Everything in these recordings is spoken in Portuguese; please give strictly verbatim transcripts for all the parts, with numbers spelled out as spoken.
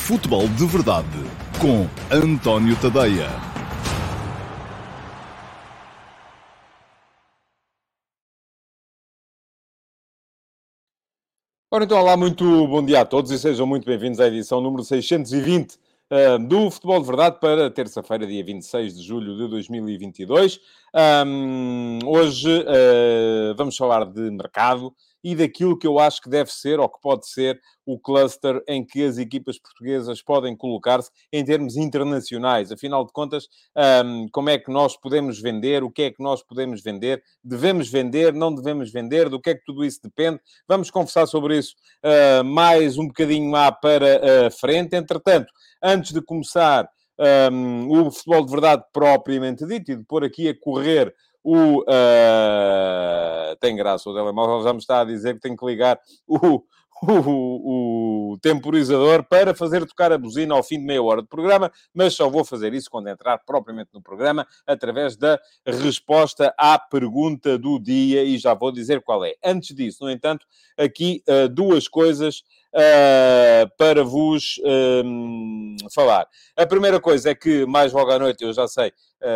Futebol de Verdade com António Tadeia. Ora então, olá, muito bom dia a todos e sejam muito bem-vindos à edição número seiscentos e vinte uh, do Futebol de Verdade para terça-feira, dia vinte e seis de julho de dois mil e vinte e dois. Um, hoje uh, vamos falar de mercado e daquilo que eu acho que deve ser, ou que pode ser, o cluster em que as equipas portuguesas podem colocar-se em termos internacionais. Afinal de contas, um, como é que nós podemos vender? O que é que nós podemos vender? Devemos vender? Não devemos vender? Do que é que tudo isso depende? Vamos conversar sobre isso uh, mais um bocadinho lá para a frente. Entretanto, antes de começar um, o futebol de verdade propriamente dito e de pôr aqui a correr o... Uh, tem graça, o telemóvel já me está a dizer que tenho que ligar o... O, o temporizador para fazer tocar a buzina ao fim de meia hora de programa, mas só vou fazer isso quando entrar propriamente no programa, através da resposta à pergunta do dia, e já vou dizer qual é. Antes disso, no entanto, aqui uh, duas coisas uh, para vos um, falar. A primeira coisa é que, mais logo à noite, eu já sei,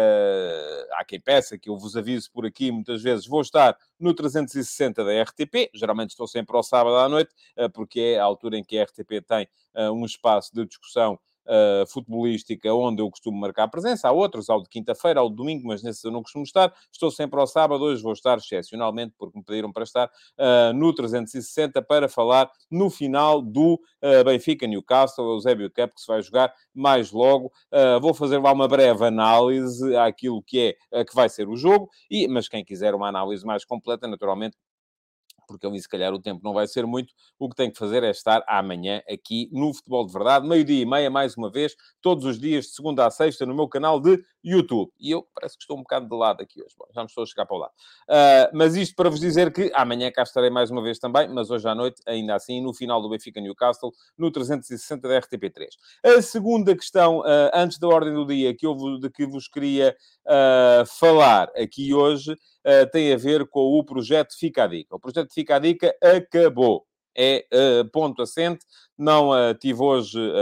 Uh, há quem peça que eu vos aviso por aqui, muitas vezes vou estar no trezentos e sessenta da R T P, geralmente estou sempre ao sábado à noite, uh, porque é a altura em que a R T P tem uh, um espaço de discussão uh, futebolística onde eu costumo marcar presença. Há outros, ao de quinta-feira, ao de domingo, mas nesses eu não costumo estar. Estou sempre ao sábado, hoje vou estar excepcionalmente, porque me pediram para estar uh, no trezentos e sessenta para falar no final do uh, Benfica-Newcastle, o Eusébio Cup, que se vai jogar mais logo. Uh, vou fazer lá uma breve análise àquilo que é, uh, que vai ser o jogo, e, mas quem quiser uma análise mais completa, naturalmente, porque ali se calhar o tempo não vai ser muito, o que tem que fazer é estar amanhã aqui no Futebol de Verdade, meio-dia e meia, mais uma vez, todos os dias, de segunda a sexta, no meu canal de YouTube. E eu parece que estou um bocado de lado aqui hoje. Bom, já me estou a chegar para o lado. Uh, mas isto para vos dizer que amanhã cá estarei mais uma vez também, mas hoje à noite, ainda assim, no final do Benfica-Newcastle, no trezentos e sessenta da R T P três. A segunda questão, uh, antes da ordem do dia, que eu, de que vos queria uh, falar aqui hoje, Uh, tem a ver com o projeto Fica a Dica. O projeto Fica a Dica acabou. É uh, ponto assente. Não uh, tive hoje uh,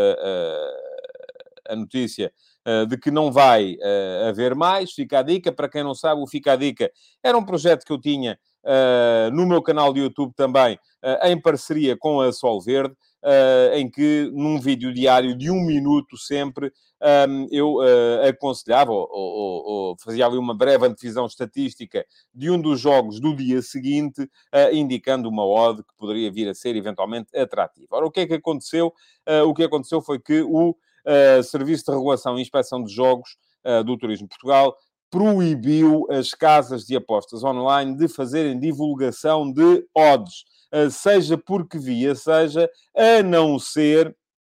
uh, a notícia uh, de que não vai uh, haver mais. Fica a Dica. Para quem não sabe, o Fica a Dica era um projeto que eu tinha uh, no meu canal de YouTube também, uh, em parceria com a Solverde, uh, em que, num vídeo diário de um minuto sempre, Um, eu uh, aconselhava ou, ou, ou fazia ali uma breve antevisão estatística de um dos jogos do dia seguinte, uh, indicando uma odd que poderia vir a ser eventualmente atrativa. Ora, o que é que aconteceu? Uh, o que aconteceu foi que o uh, Serviço de Regulação e Inspeção de Jogos uh, do Turismo de Portugal proibiu as casas de apostas online de fazerem divulgação de odds, uh, seja porque via, seja a não ser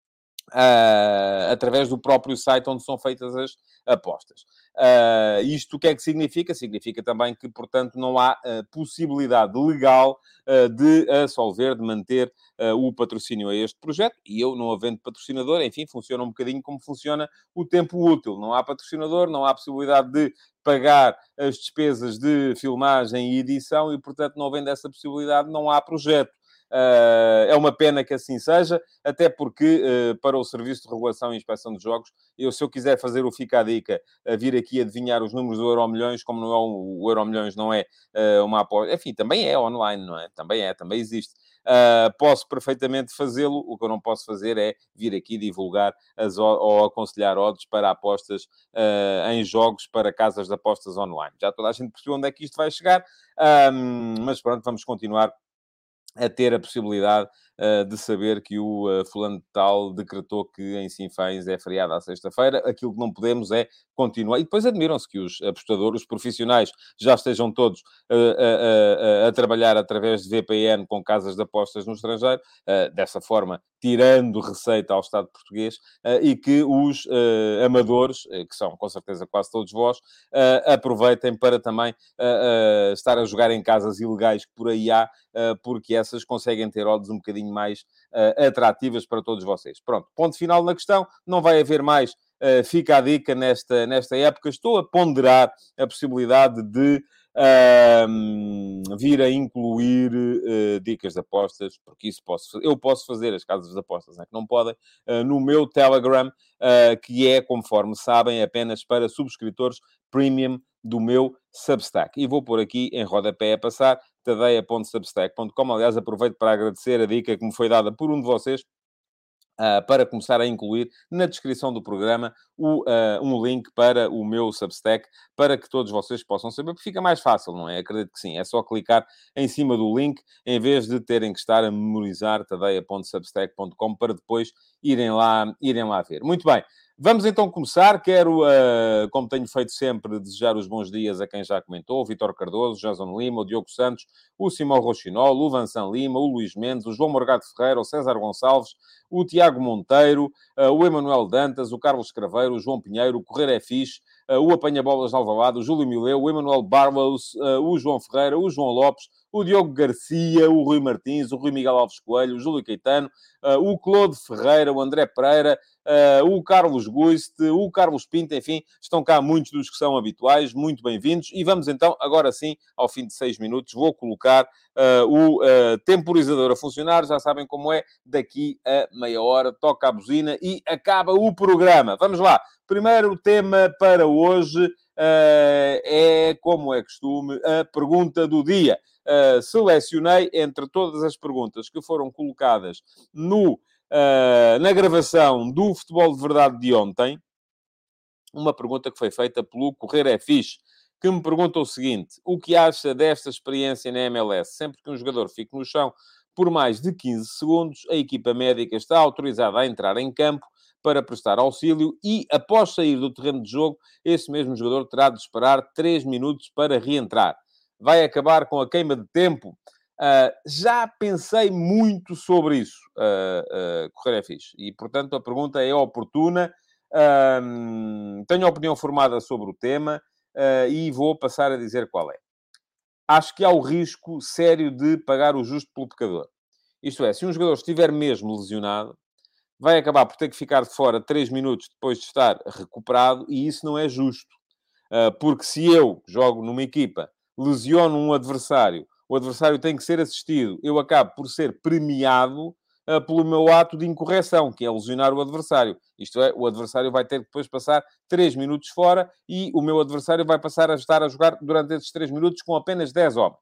Uh, através do próprio site onde são feitas as apostas. Uh, isto o que é que significa? Significa também que, portanto, não há uh, possibilidade legal uh, de a Solverde manter uh, o patrocínio a este projeto, e eu, não havendo patrocinador, enfim, funciona um bocadinho como funciona o tempo útil. Não há patrocinador, não há possibilidade de pagar as despesas de filmagem e edição e, portanto, não havendo essa possibilidade, não há projeto. Uh, é uma pena que assim seja, até porque uh, para o Serviço de Regulação e Inspeção de Jogos, eu, se eu quiser fazer o Fica a Dica, a vir aqui adivinhar os números do Euromilhões, como não é um, o Euromilhões não é uh, uma aposta, enfim, também é online, não é? Também é, também existe. Uh, posso perfeitamente fazê-lo, o que eu não posso fazer é vir aqui divulgar as, ou aconselhar odds para apostas uh, em jogos para casas de apostas online. Já toda a gente percebeu onde é que isto vai chegar, um, mas pronto, vamos continuar a ter a possibilidade uh, de saber que o uh, fulano de tal decretou que em Sinfãs é feriado à sexta-feira. Aquilo que não podemos é continuar. E depois admiram-se que os apostadores, os profissionais, já estejam todos uh, uh, uh, a trabalhar através de V P N com casas de apostas no estrangeiro, uh, dessa forma, tirando receita ao Estado português, uh, e que os uh, amadores, uh, que são com certeza quase todos vós, uh, aproveitem para também uh, uh, estar a jogar em casas ilegais que por aí há, uh, porque essas conseguem ter odds um bocadinho mais uh, atrativas para todos vocês. Pronto, ponto final na questão. Não vai haver mais uh, fica a dica nesta, nesta época. Estou a ponderar a possibilidade de uh, vir a incluir uh, dicas de apostas, porque isso posso, eu posso fazer, as casas de apostas, né, que não podem, uh, no meu Telegram, uh, que é, conforme sabem, apenas para subscritores premium do meu Substack. E vou pôr aqui em rodapé a passar, tadeia ponto substack ponto com. Aliás, aproveito para agradecer a dica que me foi dada por um de vocês, uh, para começar a incluir na descrição do programa o, uh, um link para o meu Substack, para que todos vocês possam saber, porque fica mais fácil, não é? Acredito que sim. É só clicar em cima do link, em vez de terem que estar a memorizar tadeia ponto substack ponto com para depois irem lá, irem lá ver. Muito bem. Vamos então começar. Quero, uh, como tenho feito sempre, desejar os bons dias a quem já comentou: o Vítor Cardoso, o Jason Lima, o Diogo Santos, o Simão Rochinol, o Vansan Lima, o Luís Mendes, o João Morgado Ferreira, o César Gonçalves, o Tiago Monteiro, uh, o Emanuel Dantas, o Carlos Craveiro, o João Pinheiro, o Correr é Fixe, uh, o Apanha-Bolas de Alvalade, o Júlio Mileu, o Emanuel Barlows, uh, o João Ferreira, o João Lopes, o Diogo Garcia, o Rui Martins, o Rui Miguel Alves Coelho, o Júlio Caetano, uh, o Claude Ferreira, o André Pereira, uh, o Carlos Guiste, o Carlos Pinto, enfim, estão cá muitos dos que são habituais, muito bem-vindos. E vamos então, agora sim, ao fim de seis minutos, vou colocar uh, o uh, temporizador a funcionar. Já sabem como é, daqui a meia hora toca a buzina e acaba o programa. Vamos lá. Primeiro tema para hoje uh, é, como é costume, a pergunta do dia. Uh, selecionei entre todas as perguntas que foram colocadas no, uh, na gravação do Futebol de Verdade de ontem, uma pergunta que foi feita pelo Correr é Fixe, que me pergunta o seguinte: o que acha desta experiência na M L S? Sempre que um jogador fique no chão por mais de quinze segundos, a equipa médica está autorizada a entrar em campo para prestar auxílio e, após sair do terreno de jogo, esse mesmo jogador terá de esperar três minutos para reentrar. Vai acabar com a queima de tempo? Uh, já pensei muito sobre isso, uh, uh, Correr é Fixe. E, portanto, a pergunta é oportuna. Uh, tenho opinião formada sobre o tema uh, e vou passar a dizer qual é. Acho que há o risco sério de pagar o justo pelo pecador. Isto é, se um jogador estiver mesmo lesionado, vai acabar por ter que ficar de fora três minutos depois de estar recuperado, e isso não é justo. Uh, porque se eu jogo numa equipa, lesiono um adversário, o adversário tem que ser assistido, eu acabo por ser premiado uh, pelo meu ato de incorreção, que é lesionar o adversário. Isto é, o adversário vai ter que depois passar três minutos fora e o meu adversário vai passar a estar a jogar durante esses três minutos com apenas dez homens.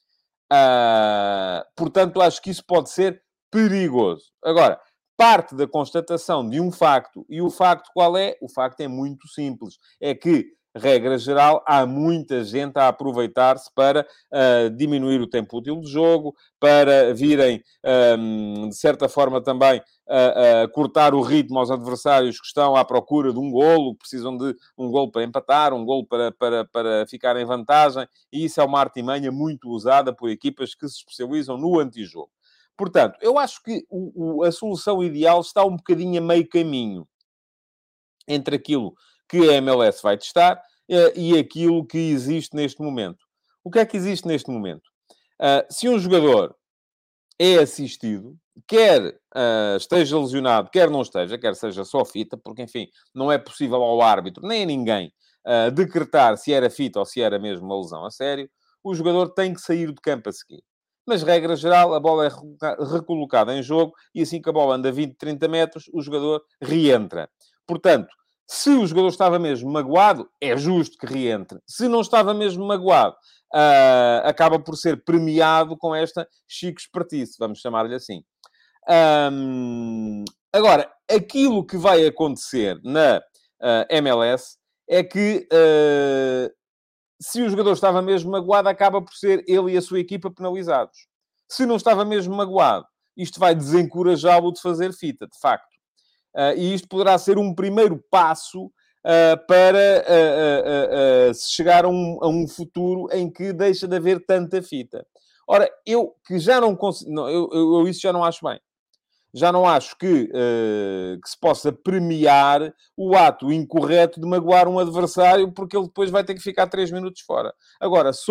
Uh, portanto, acho que isso pode ser perigoso. Agora, parte da constatação de um facto, e o facto qual é? O facto é muito simples. É que, regra geral, há muita gente a aproveitar-se para uh, diminuir o tempo útil de jogo, para virem, um, de certa forma, também uh, uh, cortar o ritmo aos adversários que estão à procura de um golo, precisam de um golo para empatar, um golo para, para, para ficar em vantagem, e isso é uma artimanha muito usada por equipas que se especializam no antijogo. Portanto, eu acho que o, o, a solução ideal está um bocadinho a meio caminho entre aquilo que a M L S vai testar uh, e aquilo que existe neste momento. O que é que existe neste momento? Uh, se um jogador é assistido, quer uh, esteja lesionado, quer não esteja, quer seja só fita, porque, enfim, não é possível ao árbitro, nem a ninguém, uh, decretar se era fita ou se era mesmo uma lesão a sério, o jogador tem que sair do campo a seguir. Mas, regra geral, a bola é recolocada em jogo e assim que a bola anda vinte, trinta metros, o jogador reentra. Portanto, se o jogador estava mesmo magoado, é justo que reentre. Se não estava mesmo magoado, uh, acaba por ser premiado com esta chique espertice, vamos chamar-lhe assim. Um, agora, aquilo que vai acontecer na uh, M L S é que... Uh, se o jogador estava mesmo magoado, acaba por ser ele e a sua equipa penalizados. Se não estava mesmo magoado, isto vai desencorajá-lo de fazer fita, de facto. Uh, e isto poderá ser um primeiro passo uh, para uh, uh, uh, se chegar a um, a um futuro em que deixa de haver tanta fita. Ora, eu que já não consigo... Não, eu, eu, eu isso já não acho bem. Já não acho que, uh, que se possa premiar o ato incorreto de magoar um adversário porque ele depois vai ter que ficar três minutos fora. Agora, sou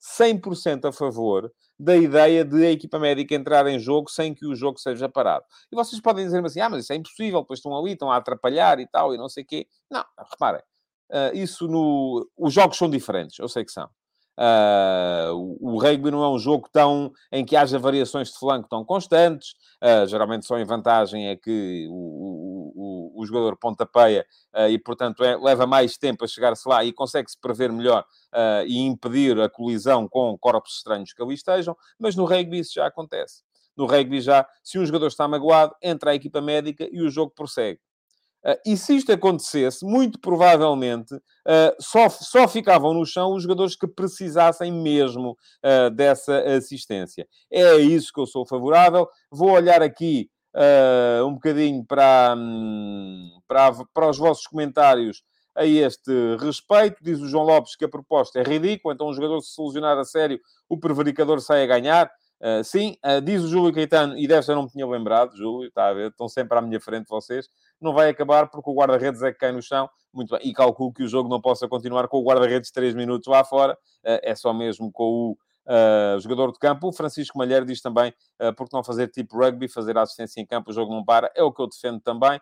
cem por cento a favor da ideia de a equipa médica entrar em jogo sem que o jogo seja parado. E vocês podem dizer-me assim, ah, mas isso é impossível, depois estão ali, estão a atrapalhar e tal, e não sei o quê. Não, reparem, uh, isso no... Os jogos são diferentes, eu sei que são. Uh, o, o rugby não é um jogo tão, em que haja variações de flanco tão constantes. Uh, geralmente só em vantagem é que o, o, o, o jogador pontapeia uh, e, portanto, é, leva mais tempo a chegar-se lá e consegue-se prever melhor uh, e impedir a colisão com corpos estranhos que ali estejam. Mas no rugby isso já acontece. No rugby já, se um jogador está magoado, entra a equipa médica e o jogo prossegue. Uh, e se isto acontecesse, muito provavelmente, uh, só, só ficavam no chão os jogadores que precisassem mesmo uh, dessa assistência. É a isso que eu sou favorável. Vou olhar aqui uh, um bocadinho para, um, para, para os vossos comentários a este respeito. Diz o João Lopes que a proposta é ridícula, então o jogador, se solucionar a sério, o prevaricador sai a ganhar. Uh, sim, uh, diz o Júlio Caetano, e deve ser, não me tinha lembrado, Júlio, está a ver, estão sempre à minha frente vocês, não vai acabar porque o guarda-redes é que cai no chão, muito bem, e calculo que o jogo não possa continuar com o guarda-redes três minutos lá fora, uh, é só mesmo com o uh, jogador de campo. O Francisco Malheiro diz também, uh, porque não fazer tipo rugby, fazer assistência em campo, o jogo não para, é o que eu defendo também.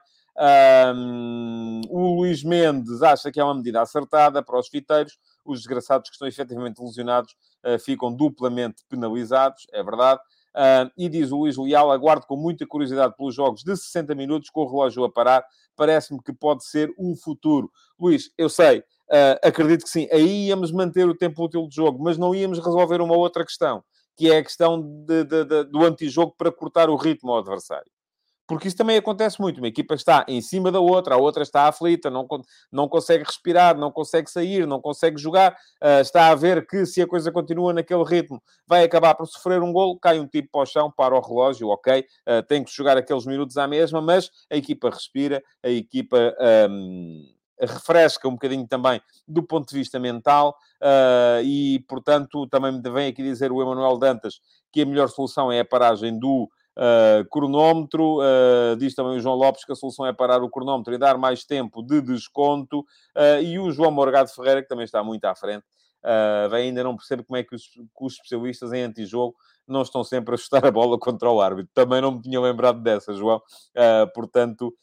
Um, o Luís Mendes acha que é uma medida acertada para os fiteiros, os desgraçados que estão efetivamente lesionados uh, ficam duplamente penalizados, é verdade. Uh, e diz o Luís Leal, aguardo com muita curiosidade pelos jogos de sessenta minutos, com o relógio a parar, parece-me que pode ser o futuro. Luís, eu sei, uh, acredito que sim, aí íamos manter o tempo útil de jogo, mas não íamos resolver uma outra questão, que é a questão de, de, de, do antijogo para cortar o ritmo ao adversário. Porque isso também acontece muito. Uma equipa está em cima da outra, a outra está aflita, não, não consegue respirar, não consegue sair, não consegue jogar. Uh, está a ver que, se a coisa continua naquele ritmo, vai acabar por sofrer um golo, cai um tipo para o chão, para o relógio, ok, uh, tem que jogar aqueles minutos à mesma, mas a equipa respira, a equipa um, refresca um bocadinho também do ponto de vista mental uh, e, portanto, também me vem aqui dizer o Emanuel Dantas que a melhor solução é a paragem do Uh, cronómetro, uh, diz também o João Lopes que a solução é parar o cronómetro e dar mais tempo de desconto, uh, e o João Morgado Ferreira, que também está muito à frente, uh, ainda não percebe como é que os, que os especialistas em antijogo não estão sempre a chutar a bola contra o árbitro. Também não me tinha lembrado dessa, João. Uh, portanto,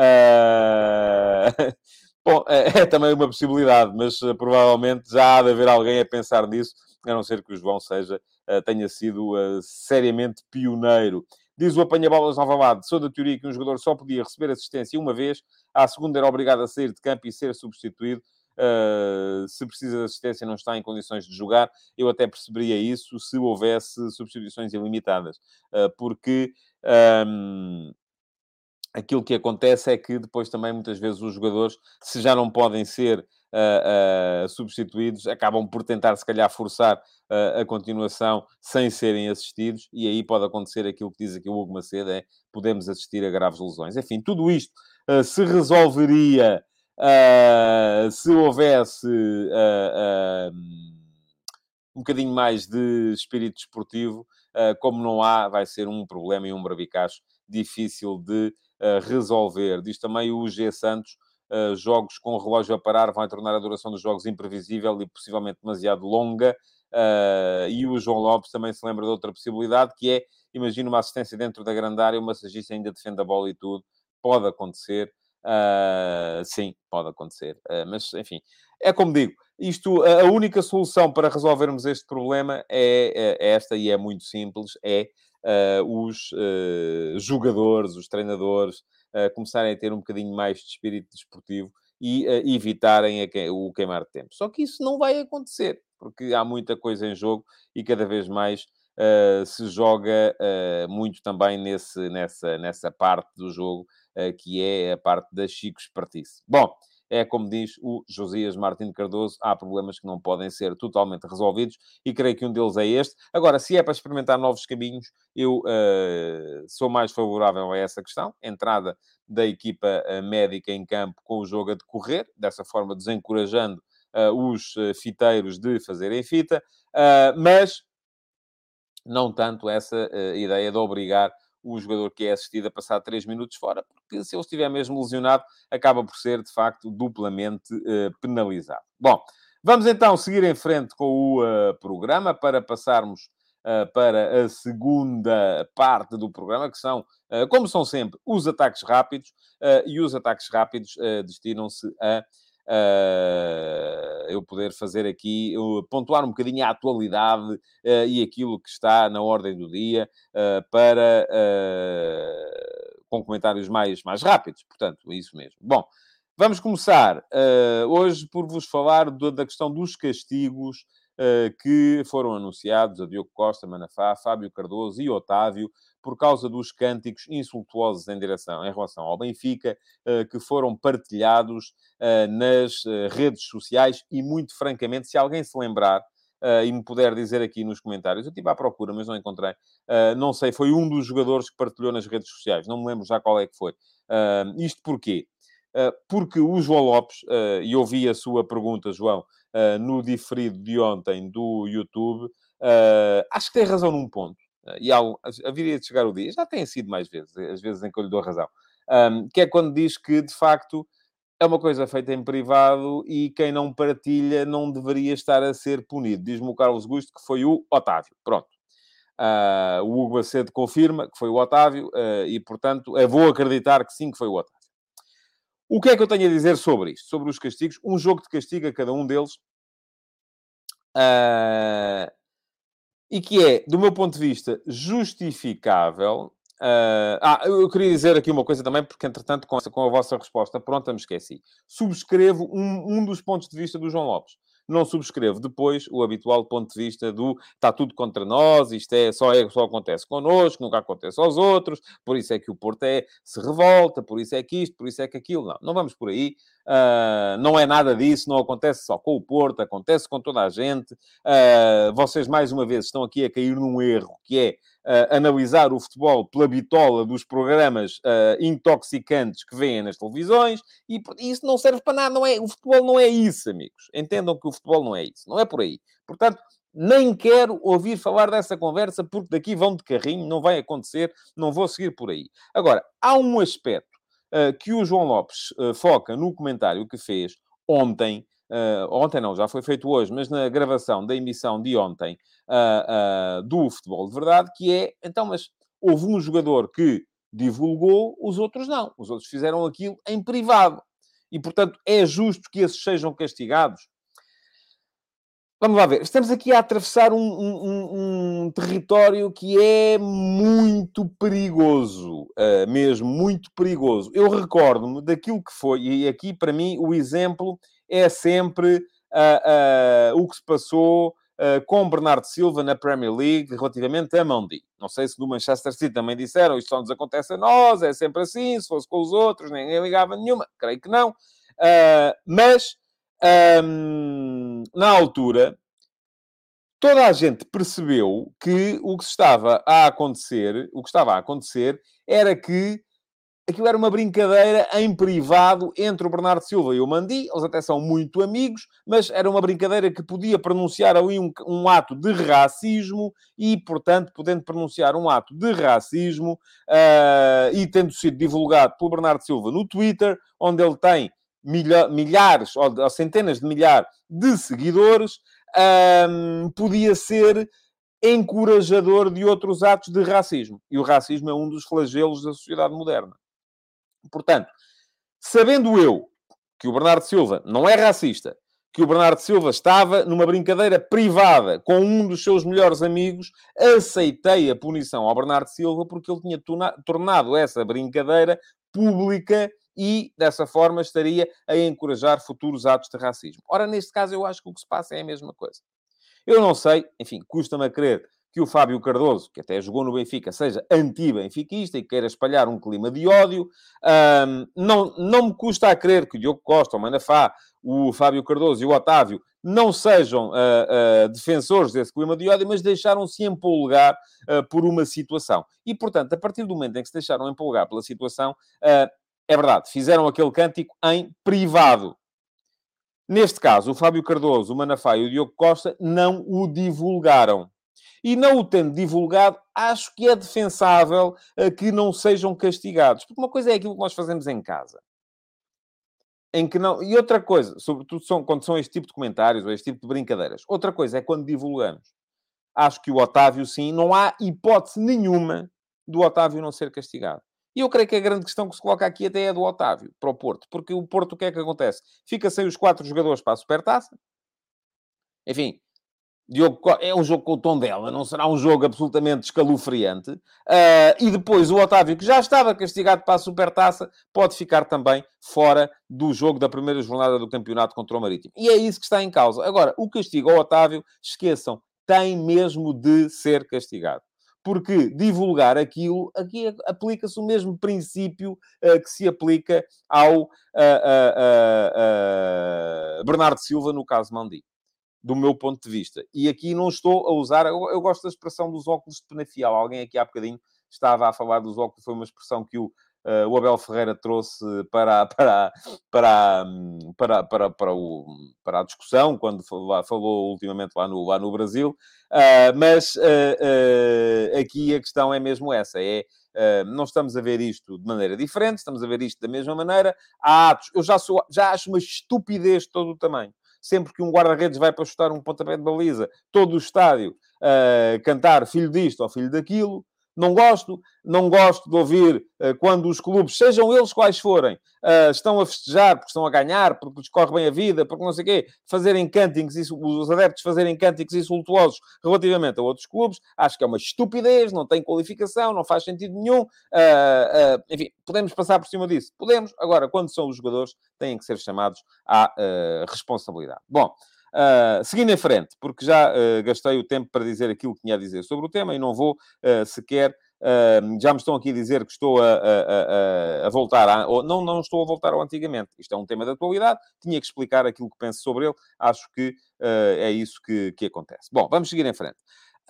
uh... bom, é, é também uma possibilidade, mas uh, provavelmente já há de haver alguém a pensar nisso, a não ser que o João seja, uh, tenha sido uh, seriamente pioneiro. Diz o apanha-bolas Alvalade, sou da teoria que um jogador só podia receber assistência uma vez, à segunda era obrigado a sair de campo e ser substituído. Uh, se precisa de assistência, não está em condições de jogar. Eu até perceberia isso se houvesse substituições ilimitadas. Uh, porque um, aquilo que acontece é que depois também, muitas vezes, os jogadores, se já não podem ser Uh, uh, substituídos, acabam por tentar, se calhar, forçar uh, a continuação sem serem assistidos, e aí pode acontecer aquilo que diz aqui o Hugo Macedo, é podemos assistir a graves lesões. Enfim, tudo isto uh, se resolveria uh, se houvesse uh, uh, um bocadinho mais de espírito desportivo. Uh, como não há, vai ser um problema e um barbicacho difícil de uh, resolver. Diz também o G. Santos, Uh, jogos com o relógio a parar vão tornar a duração dos jogos imprevisível e possivelmente demasiado longa. Uh, e o João Lopes também se lembra de outra possibilidade, que é, imagina uma assistência dentro da grande área, o massagista ainda defende a bola e tudo. Pode acontecer. Uh, sim, pode acontecer. Uh, mas, enfim, é como digo, isto, a única solução para resolvermos este problema é, é esta, e é muito simples, é uh, os uh, jogadores, os treinadores, Uh, começarem a ter um bocadinho mais de espírito desportivo e uh, evitarem a que, o queimar de tempo. Só que isso não vai acontecer, porque há muita coisa em jogo e cada vez mais uh, se joga uh, muito também nesse, nessa, nessa parte do jogo, uh, que é a parte da chico-espertice. Bom, é como diz o Josias Martins Cardoso, há problemas que não podem ser totalmente resolvidos e creio que um deles é este. Agora, se é para experimentar novos caminhos, eu uh, sou mais favorável a essa questão. Entrada da equipa uh, médica em campo com o jogo a decorrer, dessa forma desencorajando uh, os uh, fiteiros de fazerem fita, uh, mas não tanto essa uh, ideia de obrigar o jogador que é assistido a passar três minutos fora, porque se ele estiver mesmo lesionado, acaba por ser, de facto, duplamente uh, penalizado. Bom, Vamos então seguir em frente com o uh, programa para passarmos uh, para a segunda parte do programa, que são, uh, como são sempre, os ataques rápidos. Uh, e os ataques rápidos uh, destinam-se a uh, eu poder fazer aqui, uh, pontuar um bocadinho a atualidade uh, e aquilo que está na ordem do dia uh, para... Uh, com comentários mais, mais rápidos. Portanto, é isso mesmo. Bom, vamos começar uh, hoje por vos falar do, da questão dos castigos uh, que foram anunciados a Diogo Costa, Manafá, Fábio Cardoso e Otávio por causa dos cânticos insultuosos em direção, em relação ao Benfica, uh, que foram partilhados uh, nas uh, redes sociais e, muito francamente, se alguém se lembrar, Uh, e me puder dizer aqui nos comentários, eu estive à procura, mas não encontrei. Uh, não sei, foi um dos jogadores que partilhou nas redes sociais. Não me lembro já qual é que foi. Uh, isto porquê? Uh, porque o João Lopes, uh, e ouvi a sua pergunta, João, uh, no diferido de ontem do YouTube, uh, acho que tem razão num ponto. Uh, e ao, haveria de chegar o dia, já tem sido mais vezes, as vezes em que eu lhe dou razão, um, que é quando diz que, de facto, é uma coisa feita em privado e quem não partilha não deveria estar a ser punido. Diz-me o Carlos Gusto que foi o Otávio. Pronto. Uh, o Hugo Acedo confirma que foi o Otávio uh, e, portanto, eu vou acreditar que sim, que foi o Otávio. O que é que eu tenho a dizer sobre isto? Sobre os castigos. Um jogo de castigo a cada um deles. Uh, e que é, do meu ponto de vista, justificável. Uh, ah, eu queria dizer aqui uma coisa também, porque, entretanto, com, com a vossa resposta pronta, me esqueci. Subscrevo um, um dos pontos de vista do João Lopes. Não subscrevo depois o habitual ponto de vista do está tudo contra nós, isto é, só, é, só acontece connosco, nunca acontece aos outros, por isso é que o Porto é, se revolta, por isso é que isto, por isso é que aquilo. Não, não vamos por aí. Uh, não é nada disso, não acontece só com o Porto, acontece com toda a gente. Uh, vocês, mais uma vez, estão aqui a cair num erro, que é Uh, analisar o futebol pela bitola dos programas uh, intoxicantes que vêem nas televisões, e isso não serve para nada. Não é, o futebol não é isso, amigos. Entendam que o futebol não é isso. Não é por aí. Portanto, nem quero ouvir falar dessa conversa, porque daqui vão de carrinho, não vai acontecer, não vou seguir por aí. Agora, há um aspecto uh, que o João Lopes uh, foca no comentário que fez ontem, Uh, ontem não, já foi feito hoje, mas na gravação da emissão de ontem uh, uh, do Futebol de Verdade, que é, então, mas houve um jogador que divulgou, os outros não. Os outros fizeram aquilo em privado. E, portanto, é justo que esses sejam castigados? Vamos lá ver. Estamos aqui a atravessar um, um, um território que é muito perigoso, uh, mesmo, muito perigoso. Eu recordo-me daquilo que foi, e aqui, para mim, o exemplo é sempre uh, uh, o que se passou uh, com Bernardo Silva na Premier League relativamente a Mendy. Não sei se do Manchester City também disseram, isto só nos acontece a nós, é sempre assim, se fosse com os outros, ninguém ligava nenhuma. Creio que não. Uh, mas... Um, na altura, toda a gente percebeu que o que estava a acontecer, o que estava a acontecer era que aquilo era uma brincadeira em privado entre o Bernardo Silva e o Mendy. Eles até são muito amigos, mas era uma brincadeira que podia pronunciar ali um, um ato de racismo e, portanto, podendo pronunciar um ato de racismo uh, e tendo sido divulgado pelo Bernardo Silva no Twitter, onde ele tem milha, milhares ou, ou centenas de milhares de seguidores, um, podia ser encorajador de outros atos de racismo. E o racismo é um dos flagelos da sociedade moderna. Portanto, sabendo eu que o Bernardo Silva não é racista, que o Bernardo Silva estava numa brincadeira privada com um dos seus melhores amigos, aceitei a punição ao Bernardo Silva porque ele tinha tornado essa brincadeira pública e, dessa forma, estaria a encorajar futuros atos de racismo. Ora, neste caso, eu acho que o que se passa é a mesma coisa. Eu não sei, enfim, custa-me a crer que o Fábio Cardoso, que até jogou no Benfica, seja anti-benfiquista e queira espalhar um clima de ódio. Um, não, não me custa a crer que o Diogo Costa, o Manafá, o Fábio Cardoso e o Otávio não sejam uh, uh, defensores desse clima de ódio, mas deixaram-se empolgar uh, por uma situação. E, portanto, a partir do momento em que se deixaram empolgar pela situação, uh, é verdade, fizeram aquele cântico em privado. Neste caso, o Fábio Cardoso, o Manafá e o Diogo Costa não o divulgaram. E não o tendo divulgado, acho que é defensável uh, que não sejam castigados. Porque uma coisa é aquilo que nós fazemos em casa. em que não... E outra coisa, sobretudo são, quando são este tipo de comentários ou este tipo de brincadeiras, outra coisa é quando divulgamos. Acho que o Otávio, sim, não há hipótese nenhuma do Otávio não ser castigado. E eu creio que a grande questão que se coloca aqui até é do Otávio, para o Porto. Porque o Porto, o que é que acontece? Fica sem os quatro jogadores para a Supertaça. Enfim, Diogo, é um jogo com o Tondela, não será um jogo absolutamente escalofriante. Uh, e depois o Otávio, que já estava castigado para a Supertaça, pode ficar também fora do jogo da primeira jornada do campeonato contra o Marítimo. E é isso que está em causa. Agora, o castigo ao Otávio, esqueçam, tem mesmo de ser castigado. Porque divulgar aquilo, aqui aplica-se o mesmo princípio uh, que se aplica ao uh, uh, uh, uh, Bernardo Silva no caso Mandi, do meu ponto de vista. E aqui não estou a usar... Eu, eu gosto da expressão dos óculos de Penafiel. Alguém aqui há bocadinho estava a falar dos óculos. Foi uma expressão que o, uh, o Abel Ferreira trouxe para, para, para, para, para, para, o, para a discussão, quando falou, falou ultimamente lá no, lá no Brasil. Uh, mas uh, uh, aqui a questão é mesmo essa. É... Uh, não estamos a ver isto de maneira diferente. Estamos a ver isto da mesma maneira. Há atos... Eu já, sou, já acho uma estupidez de todo o tamanho. Sempre que um guarda-redes vai para chutar um pontapé de baliza, todo o estádio uh, cantar filho disto ou filho daquilo. Não gosto. Não gosto de ouvir uh, quando os clubes, sejam eles quais forem, uh, estão a festejar porque estão a ganhar, porque lhes corre bem a vida, porque não sei o quê, fazerem cânticos, os adeptos fazerem cânticos insultuosos relativamente a outros clubes. Acho que é uma estupidez, não tem qualificação, não faz sentido nenhum. Uh, uh, enfim, podemos passar por cima disso. Podemos. Agora, quando são os jogadores, têm que ser chamados à uh, responsabilidade. Bom, uh, seguindo em frente, porque já uh, gastei o tempo para dizer aquilo que tinha a dizer sobre o tema e não vou uh, sequer... Uh, já me estão aqui a dizer que estou a, a, a, a voltar a... Ou, não, não estou a voltar ao antigamente. Isto é um tema de atualidade. Tinha que explicar aquilo que penso sobre ele. Acho que uh, é isso que, que acontece. Bom, vamos seguir em frente.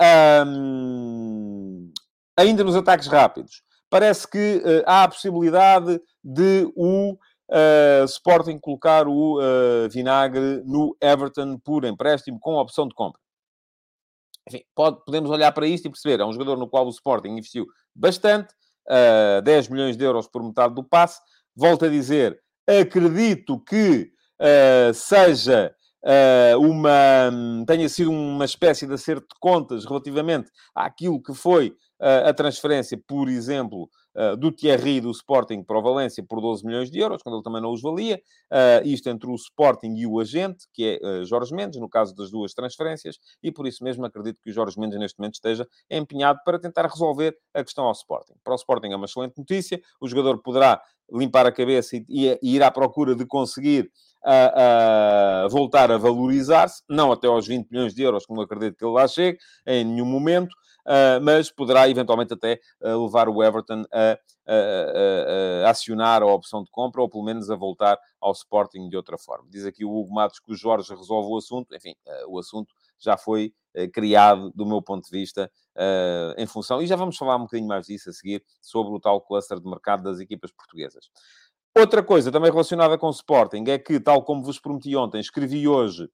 Um, ainda nos ataques rápidos. Parece que uh, há a possibilidade de o uh, Sporting colocar o uh, Vinagre no Everton por empréstimo com opção de compra. Enfim, pode, podemos olhar para isto e perceber. É um jogador no qual o Sporting investiu bastante. Uh, dez milhões de euros por metade do passe. Volto a dizer, acredito que uh, seja... Uh, uma, tenha sido uma espécie de acerto de contas relativamente àquilo que foi uh, a transferência, por exemplo, uh, do Thierry do Sporting para o Valência por doze milhões de euros, quando ele também não os valia. Uh, isto entre o Sporting e o agente, que é uh, Jorge Mendes, no caso das duas transferências, e por isso mesmo acredito que o Jorge Mendes neste momento esteja empenhado para tentar resolver a questão ao Sporting. Para o Sporting é uma excelente notícia, o jogador poderá limpar a cabeça e, e, e ir à procura de conseguir A, a voltar a valorizar-se, não até aos vinte milhões de euros, como acredito que ele lá chegue, em nenhum momento, uh, mas poderá eventualmente até uh, levar o Everton a, a, a, a acionar a opção de compra, ou pelo menos a voltar ao Sporting de outra forma. Diz aqui o Hugo Matos que o Jorge resolve o assunto. Enfim, uh, o assunto já foi uh, criado, do meu ponto de vista, uh, em função, e já vamos falar um bocadinho mais disso a seguir, sobre o tal cluster de mercado das equipas portuguesas. Outra coisa também relacionada com o Sporting é que, tal como vos prometi ontem, escrevi hoje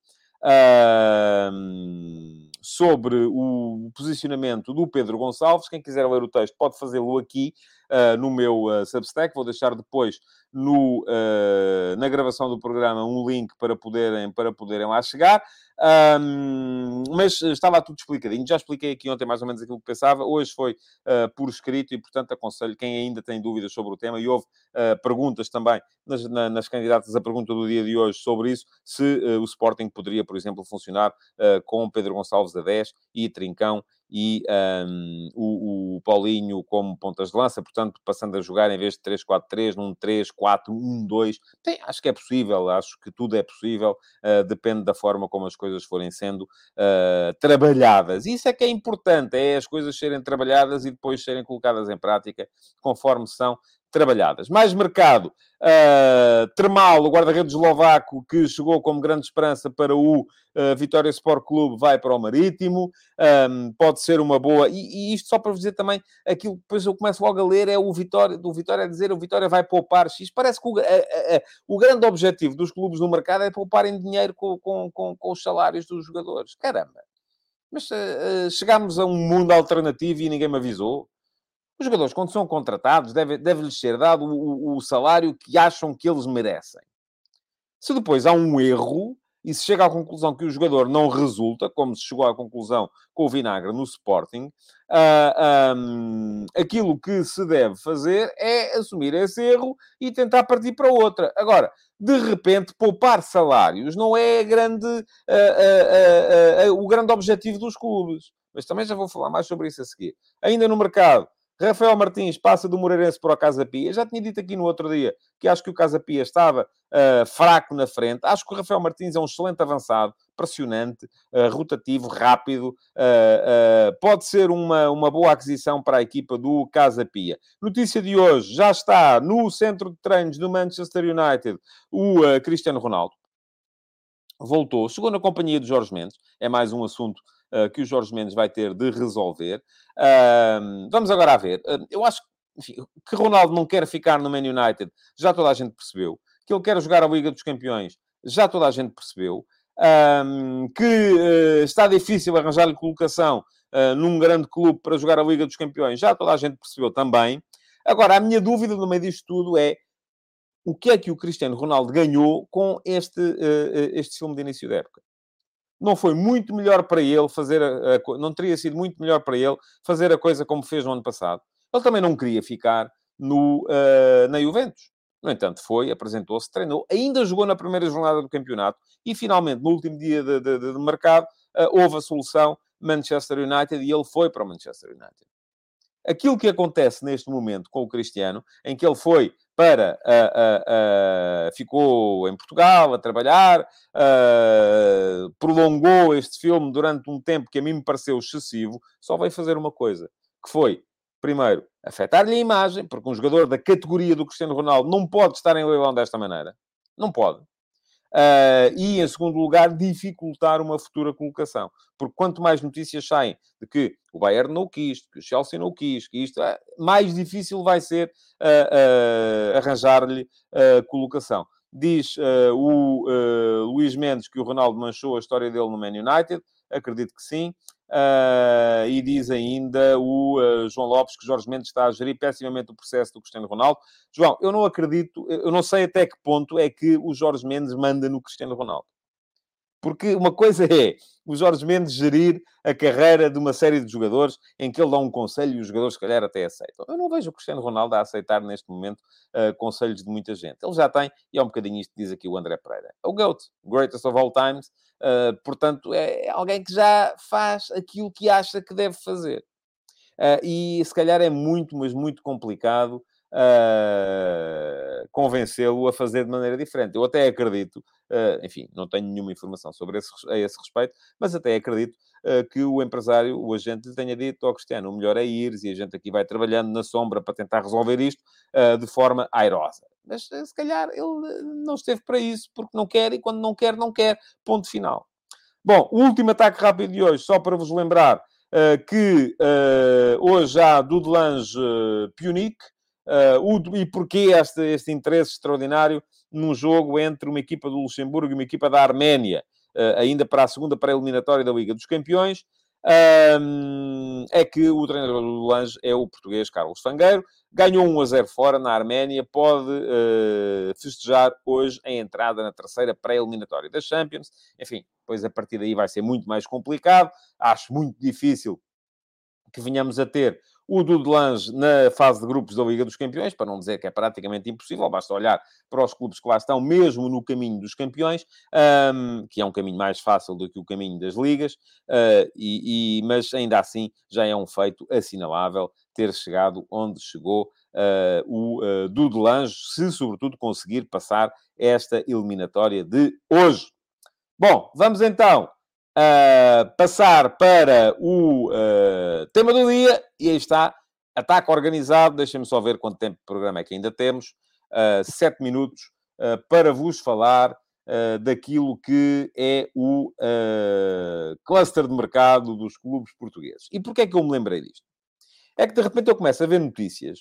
uh, sobre o posicionamento do Pedro Gonçalves. Quem quiser ler o texto pode fazê-lo aqui uh, no meu uh, Substack. Vou deixar depois no, uh, na gravação do programa um link para poderem, para poderem lá chegar. Um, mas estava tudo explicadinho. Já expliquei aqui ontem mais ou menos aquilo que pensava. Hoje foi uh, por escrito e, portanto, aconselho quem ainda tem dúvidas sobre o tema, e houve uh, perguntas também nas, na, nas candidatas a pergunta do dia de hoje sobre isso, se uh, o Sporting poderia, por exemplo, funcionar uh, com Pedro Gonçalves a dez e Trincão e um, o, o Paulinho como pontas de lança, portanto, passando a jogar em vez de três quatro três, num três quatro um dois. Sim, acho que é possível, acho que tudo é possível, uh, depende da forma como as coisas forem sendo uh, trabalhadas. Isso é que é importante, é as coisas serem trabalhadas e depois serem colocadas em prática conforme são trabalhadas. Mais mercado. Uh, Termal, o guarda-redes eslovaco, que chegou como grande esperança para o uh, Vitória Sport Clube, vai para o Marítimo. Um, pode ser uma boa... E, e isto só para vos dizer também, aquilo que depois eu começo logo a ler é o Vitória, do Vitória a dizer o Vitória vai poupar X. Parece que o, a, a, a, o grande objetivo dos clubes no mercado é pouparem dinheiro com, com, com, com os salários dos jogadores. Caramba! Mas uh, uh, chegámos a um mundo alternativo e ninguém me avisou. Os jogadores, quando são contratados, deve, deve-lhes ser dado o, o, o salário que acham que eles merecem. Se depois há um erro e se chega à conclusão que o jogador não resulta, como se chegou à conclusão com o Vinagre no Sporting, uh, um, aquilo que se deve fazer é assumir esse erro e tentar partir para outra. Agora, de repente, poupar salários não é a grande, uh, uh, uh, uh, o grande objetivo dos clubes. Mas também já vou falar mais sobre isso a seguir. Ainda no mercado, Rafael Martins passa do Moreirense para o Casa Pia. Já tinha dito aqui no outro dia que acho que o Casa Pia estava uh, fraco na frente. Acho que o Rafael Martins é um excelente avançado, pressionante, uh, rotativo, rápido. Uh, uh, pode ser uma, uma boa aquisição para a equipa do Casa Pia. Notícia de hoje, já está no centro de treinos do Manchester United o uh, Cristiano Ronaldo. Voltou, chegou na companhia de Jorge Mendes. É mais um assunto Uh, que o Jorge Mendes vai ter de resolver. Uh, vamos agora a ver. Uh, eu acho enfim, que Ronaldo não quer ficar no Man United, já toda a gente percebeu. Que ele quer jogar a Liga dos Campeões, já toda a gente percebeu. Uh, que uh, está difícil arranjar-lhe colocação uh, num grande clube para jogar a Liga dos Campeões, já toda a gente percebeu também. Agora, a minha dúvida no meio disto tudo é o que é que o Cristiano Ronaldo ganhou com este, uh, este filme de início da época? Não foi muito melhor para ele fazer a, a... Não teria sido muito melhor para ele fazer a coisa como fez no ano passado. Ele também não queria ficar no, uh, na Juventus. No entanto, foi, apresentou-se, treinou, ainda jogou na primeira jornada do campeonato e, finalmente, no último dia de, de, de mercado, uh, houve a solução Manchester United e ele foi para o Manchester United. Aquilo que acontece neste momento com o Cristiano, em que ele foi para... Uh, uh, uh, ficou em Portugal a trabalhar, uh, prolongou este filme durante um tempo que a mim me pareceu excessivo, só veio fazer uma coisa, que foi, primeiro, afetar-lhe a imagem, porque um jogador da categoria do Cristiano Ronaldo não pode estar em leilão desta maneira. Não pode. Uh, e, em segundo lugar, dificultar uma futura colocação. Porque quanto mais notícias saem de que o Bayern não o quis, que o Chelsea não o quis, que isto, uh, mais difícil vai ser uh, uh, arranjar-lhe uh, colocação. Diz uh, o uh, Luís Mendes que o Ronaldo manchou a história dele no Man United. Acredito que sim. Uh, e diz ainda o uh, João Lopes que Jorge Mendes está a gerir pessimamente o processo do Cristiano Ronaldo. João, eu não acredito, eu não sei até que ponto é que o Jorge Mendes manda no Cristiano Ronaldo. Porque uma coisa é o Jorge Mendes gerir a carreira de uma série de jogadores em que ele dá um conselho e os jogadores, se calhar, até aceitam. Eu não vejo o Cristiano Ronaldo a aceitar, neste momento, uh, conselhos de muita gente. Ele já tem, e é um bocadinho isto que diz aqui o André Pereira. É o GOAT, Greatest of All Times. Uh, portanto, é alguém que já faz aquilo que acha que deve fazer. Uh, e, se calhar, é muito, mas muito complicado Uh, convencê-lo a fazer de maneira diferente. Eu até acredito, uh, enfim, não tenho nenhuma informação sobre esse, a esse respeito, mas até acredito uh, que o empresário, o agente, lhe tenha dito ao Cristiano, o melhor é ires e a gente aqui vai trabalhando na sombra para tentar resolver isto uh, de forma airosa. Mas, uh, se calhar, ele não esteve para isso, porque não quer, e quando não quer, não quer. Ponto final. Bom, o último ataque rápido de hoje, só para vos lembrar uh, que uh, hoje há Dudelange uh, Punic. Uh, o, e porquê este, este interesse extraordinário num jogo entre uma equipa do Luxemburgo e uma equipa da Arménia, uh, ainda para a segunda pré-eliminatória da Liga dos Campeões, uh, é que o treinador do Lange é o português Carlos Fangueiro, ganhou um a zero fora na Arménia, pode uh, festejar hoje a entrada na terceira pré-eliminatória da Champions. Enfim, pois a partir daí vai ser muito mais complicado, acho muito difícil que venhamos a ter o Dudelange na fase de grupos da Liga dos Campeões, para não dizer que é praticamente impossível, basta olhar para os clubes que lá estão, mesmo no caminho dos campeões, um, que é um caminho mais fácil do que o caminho das ligas, uh, e, e, mas ainda assim já é um feito assinalável ter chegado onde chegou uh, o uh, Dudelange, se sobretudo conseguir passar esta eliminatória de hoje. Bom, vamos então Uh, passar para o uh, tema do dia, e aí está, ataque organizado. Deixem-me só ver quanto tempo de programa é que ainda temos. Uh, sete minutos uh, para vos falar uh, daquilo que é o uh, cluster de mercado dos clubes portugueses. E porquê é que eu me lembrei disto? É que de repente eu começo a ver notícias.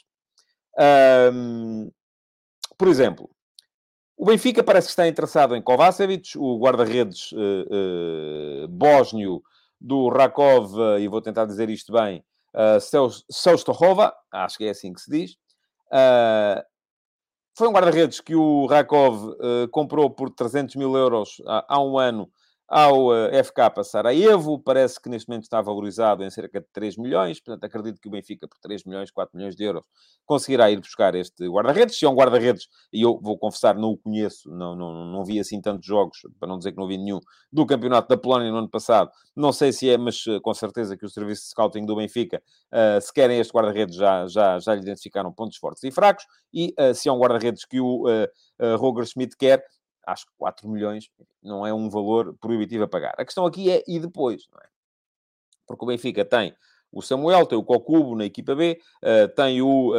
Uh, por exemplo, o Benfica parece que está interessado em Kovačević, o guarda-redes uh, uh, bósnio do Rakov, uh, e vou tentar dizer isto bem, uh, Częstochowa, acho que é assim que se diz. Uh, foi um guarda-redes que o Rakov uh, comprou por trezentos mil euros há, há um ano ao uh, F K Sarajevo. Parece que neste momento está valorizado em cerca de três milhões. Portanto, acredito que o Benfica, por três milhões, quatro milhões de euros, conseguirá ir buscar este guarda-redes. Se é um guarda-redes, e eu vou confessar, não o conheço, não, não, não vi assim tantos jogos, para não dizer que não vi nenhum, do Campeonato da Polónia no ano passado. Não sei se é, mas uh, com certeza que o serviço de scouting do Benfica, uh, se querem este guarda-redes, já, já, já lhe identificaram pontos fortes e fracos. E uh, se é um guarda-redes que o uh, uh, Roger Schmidt quer, acho que quatro milhões não é um valor proibitivo a pagar. A questão aqui é, e depois? Não é? Porque o Benfica tem o Samuel, tem o Kokubo na equipa B, uh, tem o uh,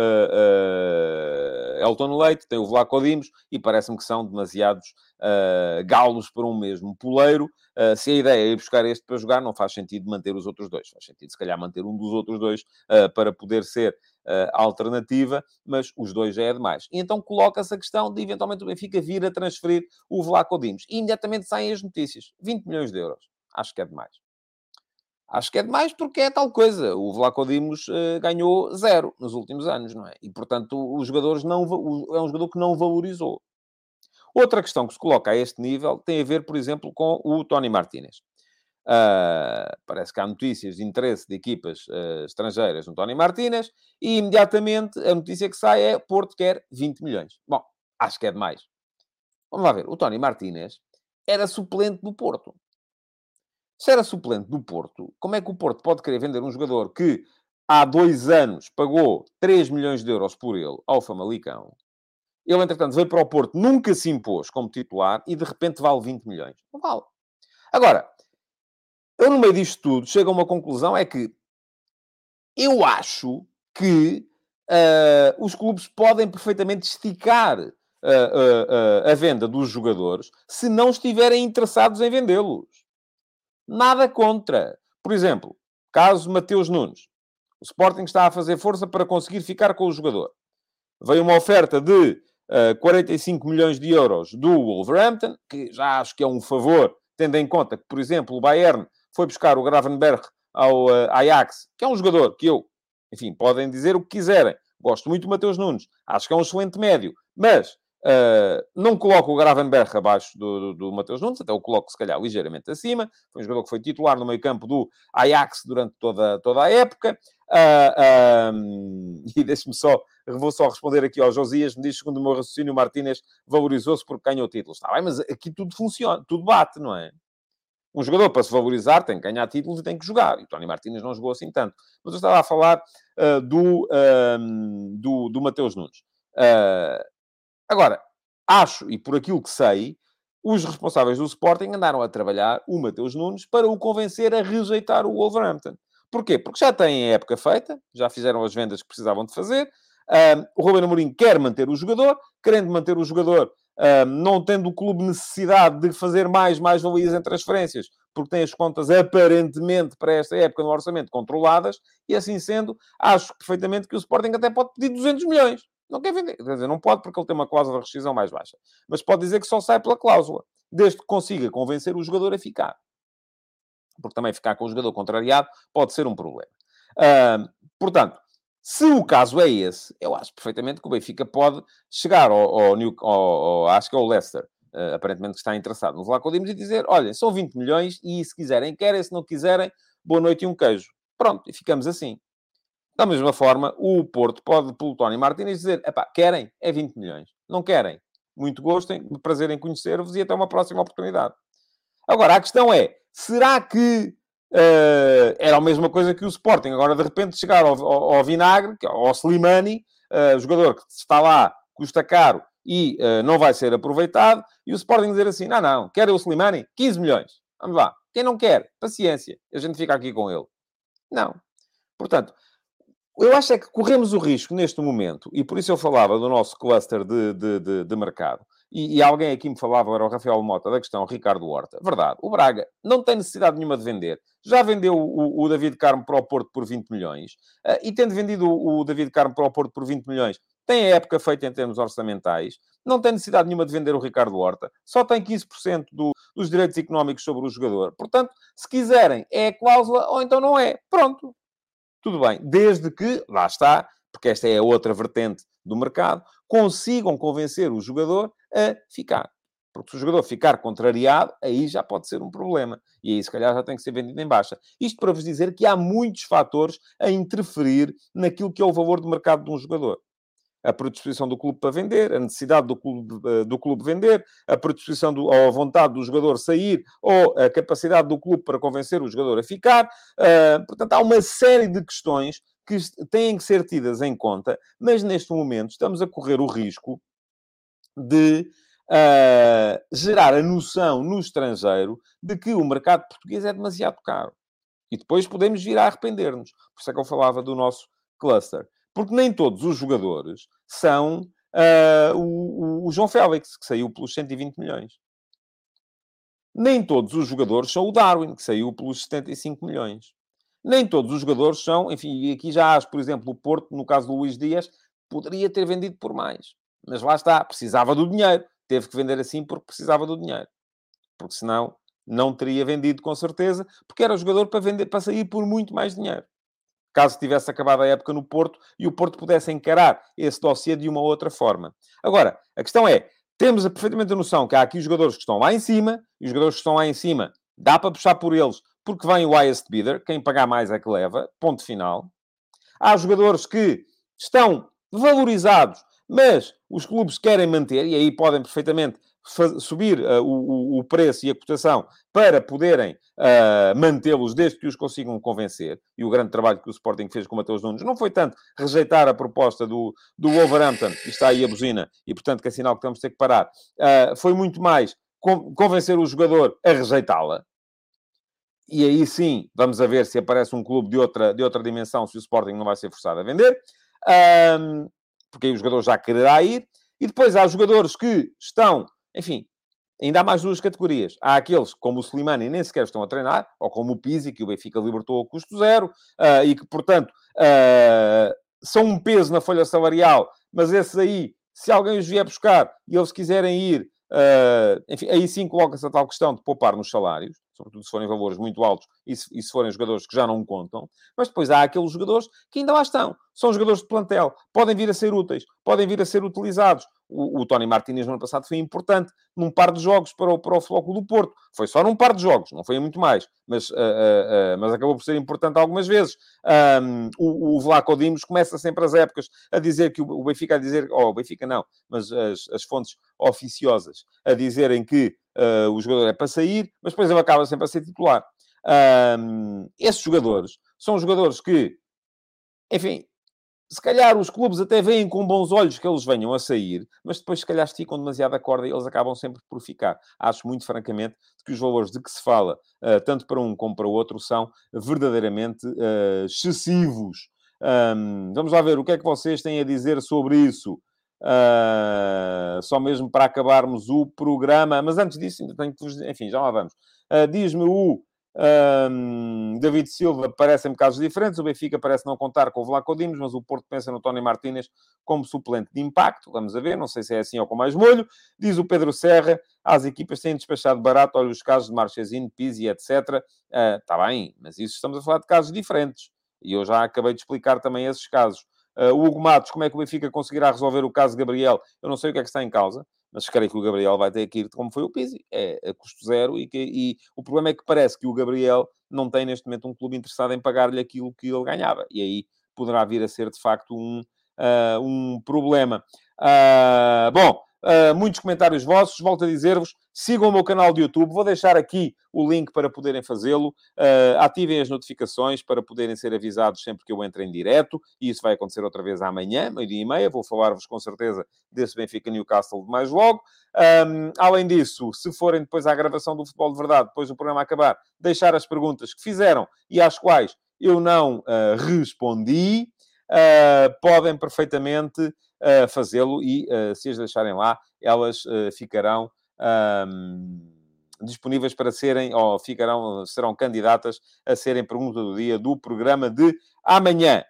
uh, Elton Leite, tem o Vlaco Dimos, e parece-me que são demasiados uh, galos para um mesmo poleiro. Uh, se a ideia é ir buscar este para jogar, não faz sentido manter os outros dois. Faz sentido, se calhar, manter um dos outros dois uh, para poder ser uh, a alternativa, mas os dois já é demais. E então coloca-se a questão de, eventualmente, o Benfica vir a transferir o Vlaco Dimos. E imediatamente saem as notícias. vinte milhões de euros. Acho que é demais. Acho que é demais porque é tal coisa. O Vlaco Dimos uh, ganhou zero nos últimos anos, não é? E, portanto, os jogadores não, o, é um jogador que não valorizou. Outra questão que se coloca a este nível tem a ver, por exemplo, com o Tony Martínez. Uh, parece que há notícias de interesse de equipas uh, estrangeiras no Tony Martínez e, imediatamente, a notícia que sai é Porto quer vinte milhões. Bom, acho que é demais. Vamos lá ver. O Tony Martínez era suplente do Porto. Se era suplente do Porto, como é que o Porto pode querer vender um jogador que há dois anos pagou três milhões de euros por ele ao Famalicão? Ele, entretanto, veio para o Porto, nunca se impôs como titular e, de repente, vale vinte milhões. Não vale. Agora, eu, no meio disto tudo, chego a uma conclusão, é que eu acho que uh, os clubes podem perfeitamente esticar uh, uh, uh, a venda dos jogadores se não estiverem interessados em vendê-los. Nada contra. Por exemplo, caso Mateus Nunes. O Sporting está a fazer força para conseguir ficar com o jogador. Veio uma oferta de uh, quarenta e cinco milhões de euros do Wolverhampton, que já acho que é um favor, tendo em conta que, por exemplo, o Bayern foi buscar o Gravenberch ao uh, Ajax, que é um jogador que eu, enfim, podem dizer o que quiserem. Gosto muito do Mateus Nunes. Acho que é um excelente médio. Mas Uh, não coloco o Gravenberch abaixo do, do, do Mateus Nunes, até o coloco, se calhar, ligeiramente acima. Foi um jogador que foi titular no meio campo do Ajax durante toda, toda a época. Uh, um, e deixe-me só, vou só responder aqui ao Josias, me diz, segundo o meu raciocínio, o Martínez valorizou-se porque ganhou títulos. Está bem, mas aqui tudo funciona, tudo bate, não é? Um jogador, para se valorizar, tem que ganhar títulos e tem que jogar. E o Tony Martínez não jogou assim tanto. Mas eu estava a falar uh, do, uh, do, do Mateus Nunes. Uh, Agora, acho, e por aquilo que sei, os responsáveis do Sporting andaram a trabalhar o Mateus Nunes para o convencer a rejeitar o Wolverhampton. Porquê? Porque já têm a época feita, já fizeram as vendas que precisavam de fazer. Um, o Ruben Amorim quer manter o jogador, querendo manter o jogador, um, não tendo o clube necessidade de fazer mais, mais valias em transferências, porque tem as contas aparentemente para esta época no orçamento controladas, e assim sendo, acho perfeitamente que o Sporting até pode pedir duzentos milhões. Não quer vender. Quer dizer, não pode porque ele tem uma cláusula de rescisão mais baixa. Mas pode dizer que só sai pela cláusula. Desde que consiga convencer o jogador a ficar. Porque também ficar com o jogador contrariado pode ser um problema. Uh, portanto, se o caso é esse, eu acho perfeitamente que o Benfica pode chegar ao, ao, New, ao, ao acho que é o Leicester, uh, aparentemente que está interessado no Vlaco Dimos, e dizer, olha, são vinte milhões e se quiserem, querem, se não quiserem, boa noite e um queijo. Pronto, e ficamos assim. Da mesma forma, o Porto pode, pelo Tony Martínez, dizer, epá, querem? É vinte milhões. Não querem? Muito gostem, prazer em conhecer-vos e até uma próxima oportunidade. Agora, a questão é, será que uh, era a mesma coisa que o Sporting? Agora, de repente, chegar ao, ao, ao Vinagre, ao Slimani, uh, jogador que está lá, custa caro e uh, não vai ser aproveitado, e o Sporting dizer assim, não, não, quer o Slimani? quinze milhões. Vamos lá. Quem não quer? Paciência. A gente fica aqui com ele. Não. Portanto, eu acho é que corremos o risco neste momento, e por isso eu falava do nosso cluster de, de, de, de mercado, e, e alguém aqui me falava, era o Rafael Mota, da questão Ricardo Horta. Verdade, o Braga não tem necessidade nenhuma de vender. Já vendeu o, o David Carmo para o Porto por vinte milhões, uh, e tendo vendido o, o David Carmo para o Porto por vinte milhões, tem a época feita em termos orçamentais, não tem necessidade nenhuma de vender o Ricardo Horta, só tem quinze por cento do, dos direitos económicos sobre o jogador. Portanto, se quiserem, é a cláusula, ou então não é. Pronto. Tudo bem, desde que, lá está, porque esta é a outra vertente do mercado, consigam convencer o jogador a ficar. Porque se o jogador ficar contrariado, aí já pode ser um problema. E aí, se calhar, já tem que ser vendido em baixa. Isto para vos dizer que há muitos fatores a interferir naquilo que é o valor de mercado de um jogador. A predisposição do clube para vender, a necessidade do clube, do clube vender, a predisposição do, ou a vontade do jogador sair, ou a capacidade do clube para convencer o jogador a ficar. Uh, portanto, há uma série de questões que têm que ser tidas em conta, mas neste momento estamos a correr o risco de uh, gerar a noção no estrangeiro de que o mercado português é demasiado caro. E depois podemos vir a arrepender-nos. Por isso é que eu falava do nosso cluster. Porque nem todos os jogadores são uh, o, o João Félix, que saiu pelos cento e vinte milhões. Nem todos os jogadores são o Darwin, que saiu pelos setenta e cinco milhões. Nem todos os jogadores são... Enfim, e aqui já há, por exemplo, o Porto, no caso do Luís Dias, poderia ter vendido por mais. Mas lá está, precisava do dinheiro. Teve que vender assim porque precisava do dinheiro. Porque senão não teria vendido com certeza, porque era jogador para, vender, para sair por muito mais dinheiro. Caso tivesse acabado a época no Porto e o Porto pudesse encarar esse dossiê de uma outra forma. Agora, a questão é, temos perfeitamente a noção que há aqui jogadores que estão lá em cima, e os jogadores que estão lá em cima, dá para puxar por eles, porque vem o highest bidder, quem pagar mais é que leva, ponto final. Há jogadores que estão valorizados, mas os clubes querem manter, e aí podem perfeitamente subir uh, o, o preço e a cotação para poderem uh, mantê-los desde que os consigam convencer. E o grande trabalho que o Sporting fez com o Mateus Nunes não foi tanto rejeitar a proposta do, do Wolverhampton, e está aí a buzina, e portanto que é sinal que temos de ter que parar, uh, foi muito mais con- convencer o jogador a rejeitá-la. E aí sim, vamos a ver se aparece um clube de outra, de outra dimensão, se o Sporting não vai ser forçado a vender. Um, porque aí o jogador já quererá ir. E depois há jogadores que estão, enfim, ainda há mais duas categorias. Há aqueles, como o Slimani, nem sequer estão a treinar, ou como o Pizzi, que o Benfica libertou a custo zero, uh, e que, portanto, uh, são um peso na folha salarial, mas esses aí, se alguém os vier buscar e eles quiserem ir, uh, enfim, aí sim coloca-se a tal questão de poupar nos salários, sobretudo se forem valores muito altos e se, e se forem jogadores que já não contam. Mas depois há aqueles jogadores que ainda lá estão. São jogadores de plantel. Podem vir a ser úteis. Podem vir a ser utilizados. O, o Tony Martínez, no ano passado, foi importante num par de jogos para o, para o Flóculo do Porto. Foi só num par de jogos. Não foi muito mais. Mas, uh, uh, uh, mas acabou por ser importante algumas vezes. Um, o, o Vlaco Dimos começa sempre as épocas a dizer que o, o Benfica a dizer... Oh, o Benfica não. Mas as, as fontes oficiosas a dizerem que Uh, o jogador é para sair, mas depois ele acaba sempre a ser titular. Um, esses jogadores são jogadores que, enfim, se calhar os clubes até veem com bons olhos que eles venham a sair, mas depois se calhar esticam demasiado a corda e eles acabam sempre por ficar. Acho muito francamente que os valores de que se fala, uh, tanto para um como para o outro, são verdadeiramente uh, excessivos. Um, vamos lá ver o que é que vocês têm a dizer sobre isso. Uh, só mesmo para acabarmos o programa. Mas antes disso, ainda tenho que vos... Enfim, já lá vamos. Uh, diz-me o um, David Silva, parecem-me casos diferentes. O Benfica parece não contar com o Vlaco Dimos, mas o Porto pensa no Tony Martínez como suplente de impacto. Vamos a ver, não sei se é assim ou com mais molho. Diz o Pedro Serra, as equipas têm despachado barato. Olha os casos de Marchesino, Pizzi, etcétera. Está uh, bem, mas isso estamos a falar de casos diferentes. E eu já acabei de explicar também esses casos. Uh, o Hugo Matos, como é que o Benfica conseguirá resolver o caso de Gabriel? Eu não sei o que é que está em causa, mas creio que o Gabriel vai ter que ir como foi o Pizzi, é a custo zero, e, que, e o problema é que parece que o Gabriel não tem neste momento um clube interessado em pagar-lhe aquilo que ele ganhava, e aí poderá vir a ser de facto um, uh, um problema. Uh, bom, uh, muitos comentários vossos, volto a dizer-vos, sigam o meu canal de YouTube, vou deixar aqui o link para poderem fazê-lo, uh, ativem as notificações para poderem ser avisados sempre que eu entre em direto, e isso vai acontecer outra vez amanhã, meio-dia e meia, vou falar-vos com certeza desse Benfica Newcastle mais logo. Um, além disso, se forem depois à gravação do Futebol de Verdade, depois do programa acabar, deixar as perguntas que fizeram e às quais eu não uh, respondi, uh, podem perfeitamente uh, fazê-lo e, uh, se as deixarem lá, elas uh, ficarão um, disponíveis para serem, ou ficarão, serão candidatas a serem pergunta do dia do programa de amanhã.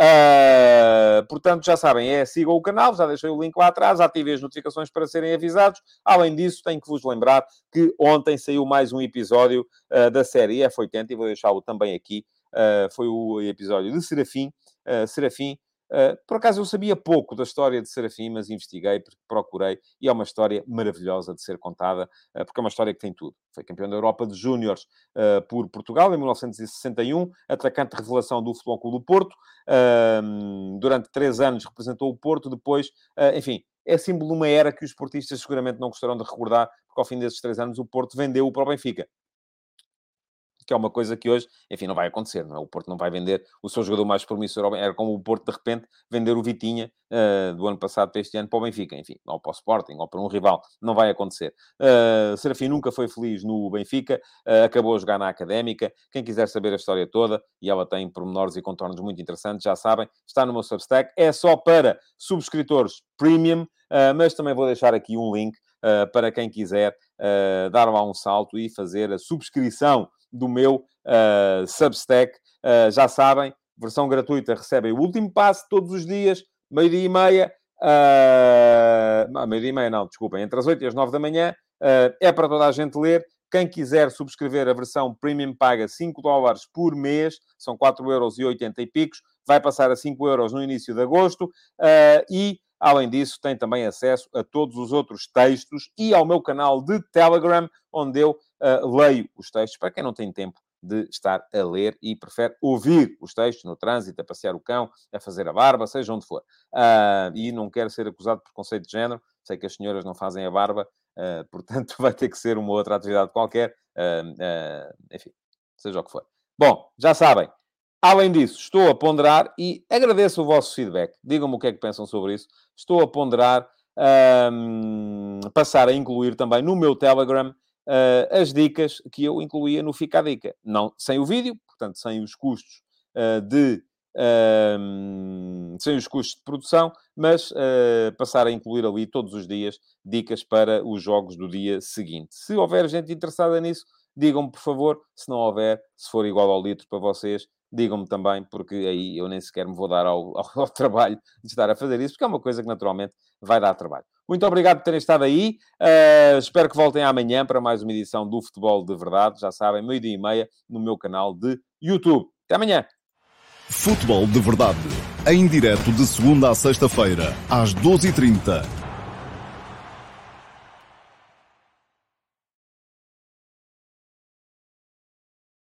Uh, portanto, já sabem, é, sigam o canal, já deixei o link lá atrás, ativem as notificações para serem avisados. Além disso, tenho que vos lembrar que ontem saiu mais um episódio uh, da série F oitenta, e vou deixá-lo também aqui. Uh, foi o episódio de Serafim. Uh, Serafim, Uh, por acaso eu sabia pouco da história de Serafim, mas investiguei, procurei, e é uma história maravilhosa de ser contada, uh, porque é uma história que tem tudo. Foi campeão da Europa de Júniores uh, por Portugal em mil novecentos e sessenta e um, atacante de revelação do Futebol Clube do Porto. Uh, durante três anos representou o Porto, depois, uh, enfim, é símbolo de uma era que os portistas seguramente não gostarão de recordar, porque ao fim desses três anos o Porto vendeu-o para o Benfica. Que é uma coisa que hoje, enfim, não vai acontecer, não é? O Porto não vai vender o seu jogador mais promissor. Era como o Porto, de repente, vender o Vitinha uh, do ano passado para este ano para o Benfica, enfim, ou para o Sporting, ou para um rival. Não vai acontecer. Uh, Serafim nunca foi feliz no Benfica, uh, acabou a jogar na Académica. Quem quiser saber a história toda, e ela tem pormenores e contornos muito interessantes, já sabem, está no meu Substack. É só para subscritores premium, uh, mas também vou deixar aqui um link uh, para quem quiser uh, dar lá um salto e fazer a subscrição do meu uh, Substack. Uh, já sabem, versão gratuita, recebem o último passo todos os dias, meio-dia e meia. Uh... Meio-dia e meia não, desculpem. Entre as oito e as nove da manhã. Uh, é para toda a gente ler. Quem quiser subscrever a versão Premium paga cinco dólares por mês. São quatro euros e oitenta e picos. Vai passar a cinco euros no início de agosto. Uh, e... Além disso, tem também acesso a todos os outros textos e ao meu canal de Telegram, onde eu uh, leio os textos, para quem não tem tempo de estar a ler e prefere ouvir os textos no trânsito, a passear o cão, a fazer a barba, seja onde for. Uh, e não quero ser acusado de preconceito de género. Sei que as senhoras não fazem a barba, uh, portanto vai ter que ser uma outra atividade qualquer. Uh, uh, enfim, seja o que for. Bom, já sabem. Além disso, estou a ponderar e agradeço o vosso feedback. Digam-me o que é que pensam sobre isso. Estou a ponderar um, passar a incluir também no meu Telegram uh, as dicas que eu incluía no Fica a Dica. Não sem o vídeo, portanto, sem os custos uh, de... Um, sem os custos de produção, mas uh, passar a incluir ali todos os dias dicas para os jogos do dia seguinte. Se houver gente interessada nisso, digam-me, por favor. Se não houver, se for igual ao litro para vocês, digam-me também, porque aí eu nem sequer me vou dar ao, ao, ao trabalho de estar a fazer isso, porque é uma coisa que naturalmente vai dar trabalho. Muito obrigado por terem estado aí. Uh, espero que voltem amanhã para mais uma edição do Futebol de Verdade. Já sabem, meio-dia e meia no meu canal de YouTube. Até amanhã! Futebol de Verdade, em direto de segunda a sexta-feira, às doze e trinta.